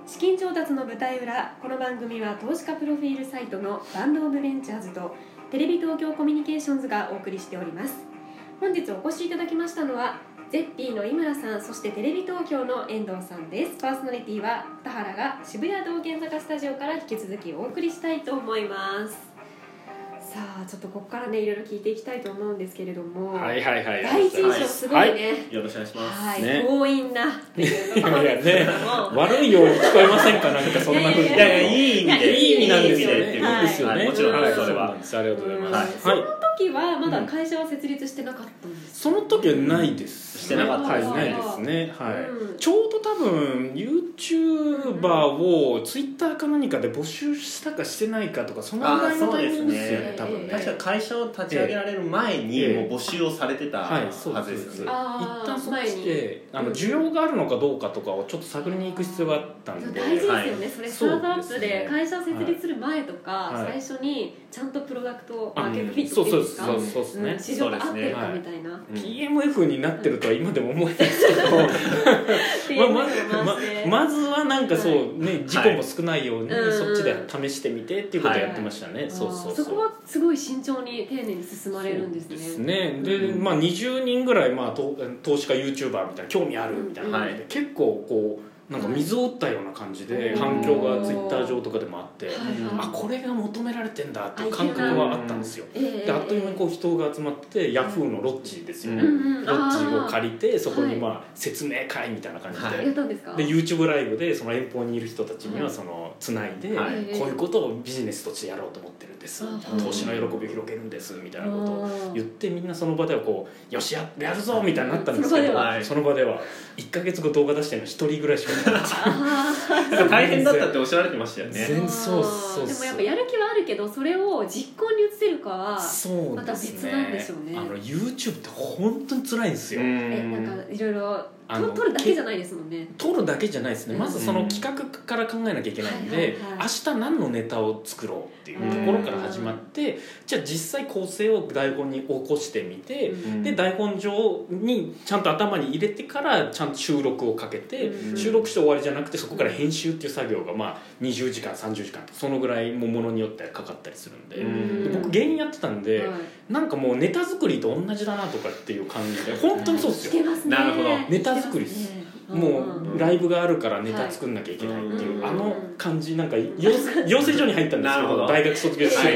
資金調達の舞台裏。この番組は投資家プロフィールサイトのバンドオブベンチャーズとテレビ東京コミュニケーションズがお送りしております。本日お越しいただきましたのはゼッピーの井村さん、そしてテレビ東京の遠藤さんです。パーソナリティは田原が渋谷道玄坂スタジオから引き続きお送りしたいと思います。さあちょっとここからねいろいろ聞いていきたいと思うんですけれども、 はいはいはい、 第一印象すごいね、 はい、よろしくお願いします、 はい、 ね、 強引なっていうところですけども悪いように聞こえませんか、なんかそんな風に。 いやいい意味でいい意味なんですよね。 いいいいですよね、 もちろん、 はい、 それはそうなんです。ありがとうございます。 その時はまだ会社は設立してなかったんですか？ その時はないです、 してなかったですね。 はい、ないですね、はい、ちょうど多分 YouTuber を Twitter か何かで募集したかしてないかとか、そのぐらいのタイミングですよね、多分ね。 確か会社を立ち上げられる前にもう募集をされてたはずですよね。 一旦そっちで需要があるのかどうかとかをちょっと探りに行く必要があったんで。 大事ですよね、それスタートアップで会社を設立する前とか、最初にちゃんとプロダクトマーケットフィットっていうんですか、 そうですね、 市場が合ってるかみたいな、 PMF になってるとは今でも思えないですけどまずはなんかそうね、事故も少ないようにそっちで試してみてっていうことをやってましたね。そこはすごい慎重に丁寧に進まれるんですね。 ですね。で、20人ぐらい、投資家 YouTuber みたいな興味あるみたいな感じで、結構こうなんか水を打ったような感じで反響が Twitter 上とかでもあって、あ、これが求められてんだっていう感覚はあったんですよ。で、あっという間にこう人が集まって、ヤフーのロッチですよね、ロッチを借りてそこに説明会みたいな感じで、YouTube ライブでその遠方にいる人たちにはそのつないで、こういうことをビジネスとしてやろうと思ってるんです、投資の喜びを広げるんですみたいなことを言って、みんなその場ではこうよし やるぞみたいになったんですけど、その場では1ヶ月後動画出してるの1人ぐらいしか大変だったっておっしゃられてましたよね。 そうでもやっぱやる気はあるけど、それを実行に移せるかはまた別なんでしょうね。 YouTube って本当に辛いんですよ。 なんかいろいろ撮るだけじゃないですもんね。 撮るだけじゃないですね。まずその企画から考えなきゃいけないんで、明日何のネタを作ろうっていうところから始まって、じゃあ実際構成を台本に起こしてみて、で台本上にちゃんと頭に入れてからちゃんと収録をかけて、収録して終わりじゃなくてそこから編集っていう作業が20時間30時間とそのぐらいもものによってかかったりするんで、僕芸人やってたんで、なんかもうネタ作りと同じだなとかっていう感じで、本当にそうですよ。 なるほど。 ネタ作りです。もうライブがあるからネタ作んなきゃいけないっていう、あの感じ、なんか養成所に入ったんですけど、大学卒業して、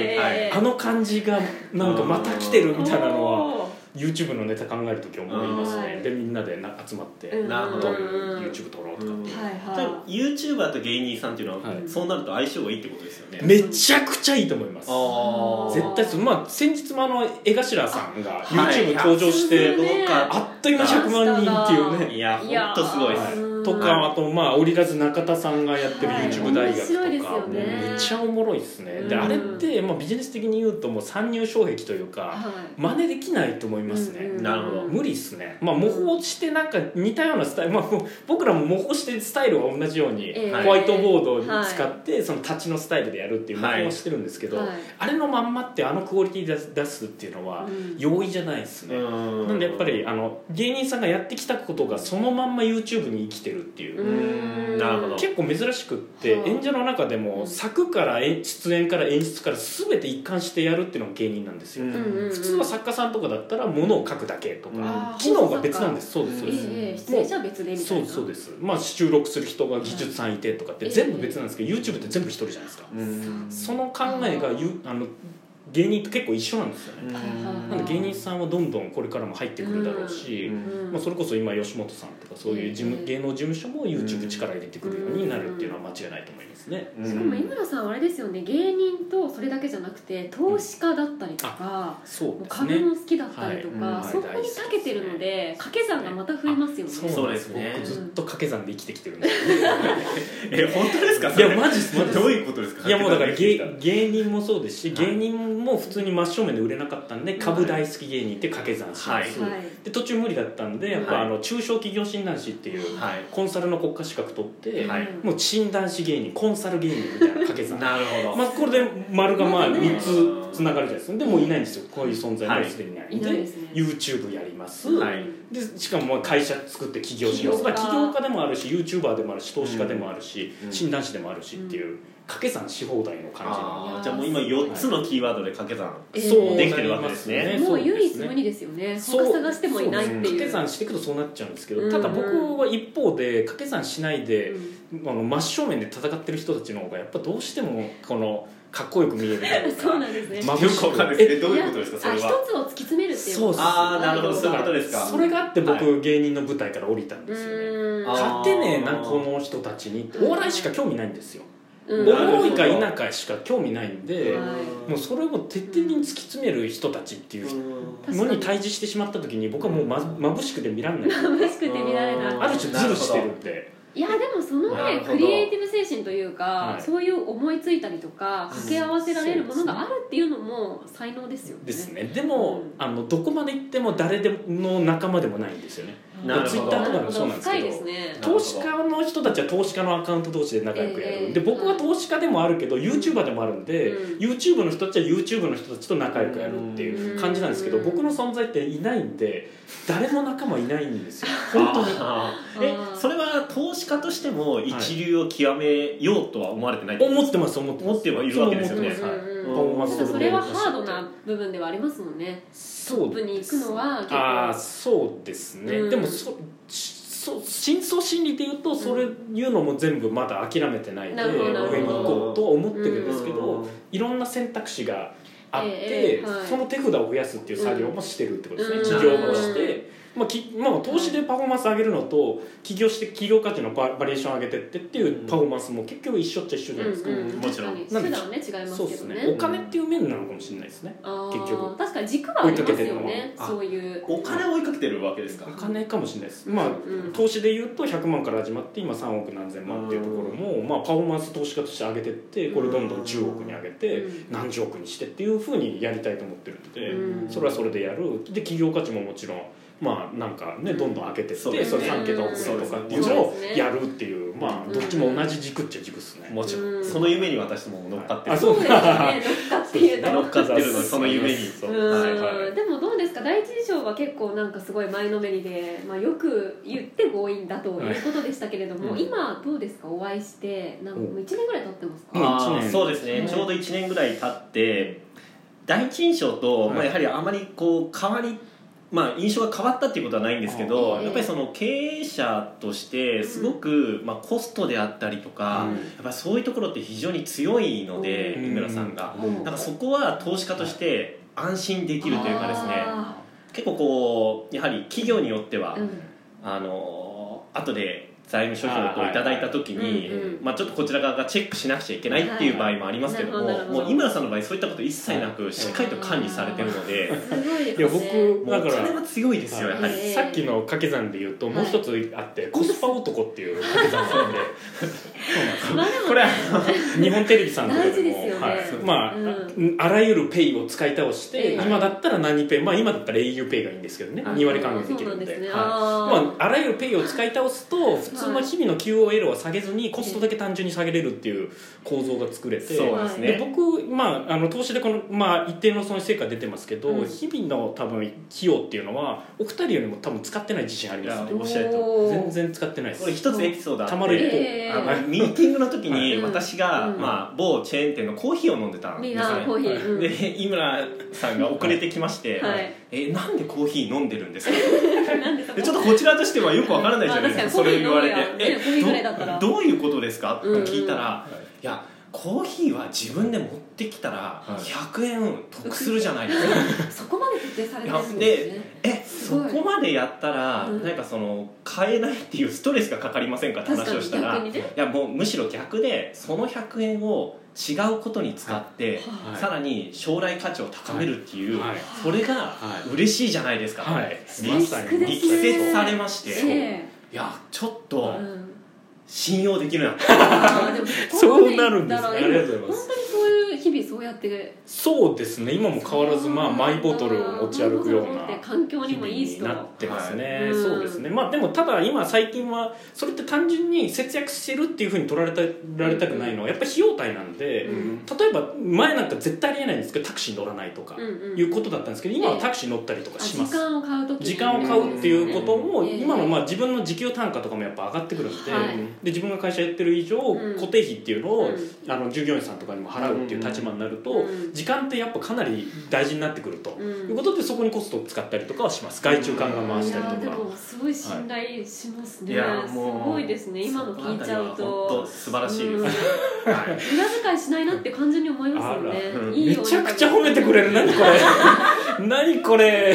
あの感じがなんかまた来てるみたいなのはYouTube のネタ考えるとき思いますね。でみんなで集まってなるほど YouTube 撮ろうとかっていう、 YouTuber と芸人さんっていうのは、そうなると相性がいいってことですよね。 めちゃくちゃいいと思います。絶対そう。先日も江頭さんが YouTube 登場して、あっという間100万人っていうね。 いや本当すごいです。 とか、あとオリラジ中田さんがやってる YouTube 大学とか、めっちゃおもろいですね。であれってビジネス的に言うともう参入障壁というか、真似できないと思いますね。 なるほど。 無理ですね。模倣してなんか似たようなスタイル、僕らも模倣してスタイルは同じようにホワイトボードを使ってその立ちのスタイルでやるっていう模倣をしてるんですけど、あれのまんまってあのクオリティで出すっていうのは容易じゃないですね。なんでやっぱり芸人さんがやってきたことがそのまんま YouTube に生きてるっていう、 なるほど。 結構珍しくって、演者の中でも作から出演から演出から全て一貫してやるっていうのが芸人なんですよ。普通は作家さんとかだったら物を書くだけとか、機能が別なんです。そうです、そうです。 出演者は別でみたいな。 そうです。収録する人が技術さんいてとかって全部別なんですけど、YouTube って全部一人じゃないですか。その考えが芸人と結構一緒なんですよね。なので芸人さんはどんどんこれからも入ってくるだろうし、それこそ今吉本さんとかそういう芸能事務所も YouTube 力入れてくるようになるっていうのは間違いないと思いますね。 しかも井村さんはあれですよね、芸人とそれだけじゃなくて投資家だったりとか、株も好きだったりとか、そこに長けてるので掛け算がまた増えますよね。 そうですね。僕ずっと掛け算で生きてきてるんですよ。 本当ですか？ いやマジです。 どういうことですか？ いやもうだから芸人もそうですし、芸人んも普通に真正面で売れなかったんで、株大好き芸人って掛け算します、で途中無理だったんでやっぱ中小企業診断士っていうコンサルの国家資格取って、もう診断士芸人コンサル芸人みたいな掛け算なるほど、 これで丸が3つつながるじゃないですか。でもういないんですよ、こういう存在もすでにないんで、YouTube やります、でしかも会社作って起業します。起業家でもあるし YouTuber でもあるし投資家でもあるし、診断士でもあるしっていう掛け算し放題の感じの。 じゃあもう今4つのキーワードで掛け算できてるわけですね。 もう唯一無二ですよね。そう探してもいないっていう。 掛け算していくとそうなっちゃうんですけど、ただ僕は一方で掛け算しないで真正面で戦ってる人たちの方がやっぱどうしてもこのかっこよく見えるというか。 そうなんですね。 よくわかんないです。どういうことですかそれは。 一つを突き詰めるっていう。 そうです。 なるほど、そういうことですか。 それがあって僕芸人の舞台から降りたんですよね。勝てねえなこの人たちにって。お笑いしか興味ないんですよ。おもろいか否かしか興味ないんで、もうそれを徹底に突き詰める人たちっていうのに対峙してしまった時に僕はもう眩しくて見られない。 眩しくて見られない。 ある種ズルしてるって。 いやでもそのねクリエイティブ精神というか、そういう思いついたりとか掛け合わせられるものがあるっていうのも才能ですよね。 ですね。でも、どこまで行っても誰での仲間でもないんですよね。ツイッターとかでもそうなんですけど、投資家の人たちは投資家のアカウント同士で仲良くやる、で僕は投資家でもあるけど YouTuber でもあるんで、YouTube の人たちは YouTube の人たちと仲良くやるっていう感じなんですけど、僕の存在っていないんで誰も仲間いないんですよ本当に。 それは投資家としても一流を極めようとは思われてない？ 思ってます。思ってはいるわけですよね。 それはハードな部分ではありますもんね。トップに行くのは結構。 そうですね。でも深層心理でいうとそういうのも全部まだ諦めてないんで上に行こうと思ってるんですけど、いろんな選択肢があってその手札を増やすっていう作業もしてるってことですね。起業もして。投資でパフォーマンス上げるのと起業して企業価値のバリエーション上げてってっていうパフォーマンスも結局一緒っちゃ一緒じゃないですか。 もちろん手段はね違いますけどね。 お金っていう面なのかもしれないですね。結局確かに軸はありますよね。そういうお金を追いかけてるわけですか。 お金かもしれないです。投資でいうと100万から始まって今3億何千万っていうところもパフォーマンス投資家として上げてってこれどんどん10億に上げて何十億にしてっていうふうにやりたいと思ってるんで、それはそれでやる。で企業価値ももちろんなんかねどんどん上げてってそれ3桁億円とかっていうのをやるっていうどっちも同じ軸っちゃ軸っすね。 もちろんその夢に私も乗っかってる。 そうですね、 乗っかってるのその夢に。 でもどうですか、第一印象は結構なんかすごい前のめりで、よく言って強引だということでしたけれども、今どうですか、お会いして1年ぐらい経ってますか？ そうですね、ちょうど1年ぐらい経って第一印象とやはりあまりこう変わり印象が変わったっていうことはないんですけど、やっぱりその経営者としてすごくコストであったりとか、やっぱりそういうところって非常に強いので、井村さんがなんかそこは投資家として安心できるというかですね、結構こうやはり企業によっては後で財務諸表をいただいた時にちょっとこちら側がチェックしなくちゃいけないっていう場合もありますけども、もう井村さんの場合そういったこと一切なくしっかりと管理されてるので、 いや僕だからお金は強いですよやはり。 さっきの掛け算でいうともう一つあってコスパ男っていう掛け算があるんでこれは日本テレビさんとかでもあらゆるペイを使い倒して今だったら何ペイ今だったら au ペイがいいんですけどね、2割還元できるのであらゆるペイを使い倒すと普通の日々の QOL は下げずにコストだけ単純に下げれるっていう構造が作れて、で僕投資でこの一定のその成果出てますけど、日々の多分費用っていうのはお二人よりも多分使ってない自信ありますね。 おっしゃると全然使ってないです。 これ一つエピソードあって、 たまる一方ミーティングの時に私が某チェーン店のコーヒーを飲んでたんですね。で井村さんが遅れてきましてなんでコーヒー飲んでるんですかでちょっとこちらとしてはよくわからないじゃないですか。それを言われてどういうことですかって聞いたら、いやコーヒーは自分で持ってきたら100円得するじゃないですかそこまで徹底されてるんですね。 そこまでやったらなんかその買えないっていうストレスがかかりませんかって話をしたら、いやもうむしろ逆でその100円を違うことに使ってさらに将来価値を高めるっていうそれが嬉しいじゃないですか。力説されまして、いやちょっと信用できるなでもそうなるんですね。ありがとうございます。 本当にそういう日々そうやってそうですね、今も変わらず、マイボトルを持ち歩くような環境にもいいしになってますね、そうですね。でもただ今最近はそれって単純に節約してるっていうふうに取られたくないのはやっぱり費用対なんで、例えば前なんか絶対ありえないんですけどタクシー乗らないとかいうことだったんですけど、今はタクシー乗ったりとかします。 時間を買う時時間を買うっていうことも今の自分の時給単価とかもやっぱ上がってくるんで、で自分が会社やってる以上固定費っていうのを従業員さんとかにも払うっていう立場になると、時間ってやっぱかなり大事になってくるということで、そこにコストを使ったりとかはします。外注間が回したりとか。 でもすごい信頼しますね、すもうごいですね。今の聞いちゃうと素晴らしいです、 無駄遣いしないなって完全に思いますよね。 めちゃくちゃ褒めてくれる。何これ何これ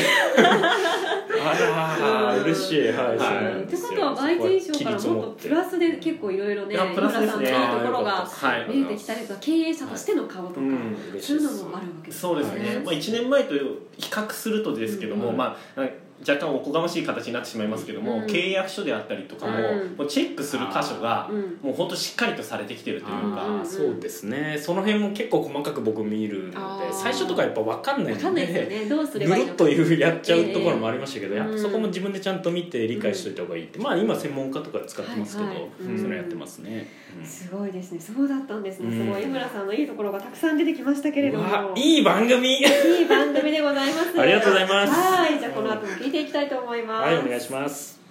あら嬉しい。 ってことは第一印象からもっとプラスで結構いろいろね、井村さんのいいところが見えてきたりとか、経営者としての顔とか、そういうのもあるわけですね。 そうですね。1年前と比較するとですけども、若干おこがましい形になってしまいますけども、契約書であったりとかもチェックする箇所がもう本当しっかりとされてきてるというか、 そうですね。その辺も結構細かく僕見るので、最初とかやっぱ分かんないのでどうすればいいのかぐるっとやっちゃうところもありましたけど、やっぱそこも自分でちゃんと見て理解しといた方がいいって、今専門家とか使ってますけど、それやってますね。 すごいですね。そうだったんですね。すごい井村さんのいいところがたくさん出てきましたけれども、 いい番組いい番組でございます。 ありがとうございます。 はい、じゃあこの後も聞いていきたいと思います。 はい、お願いします。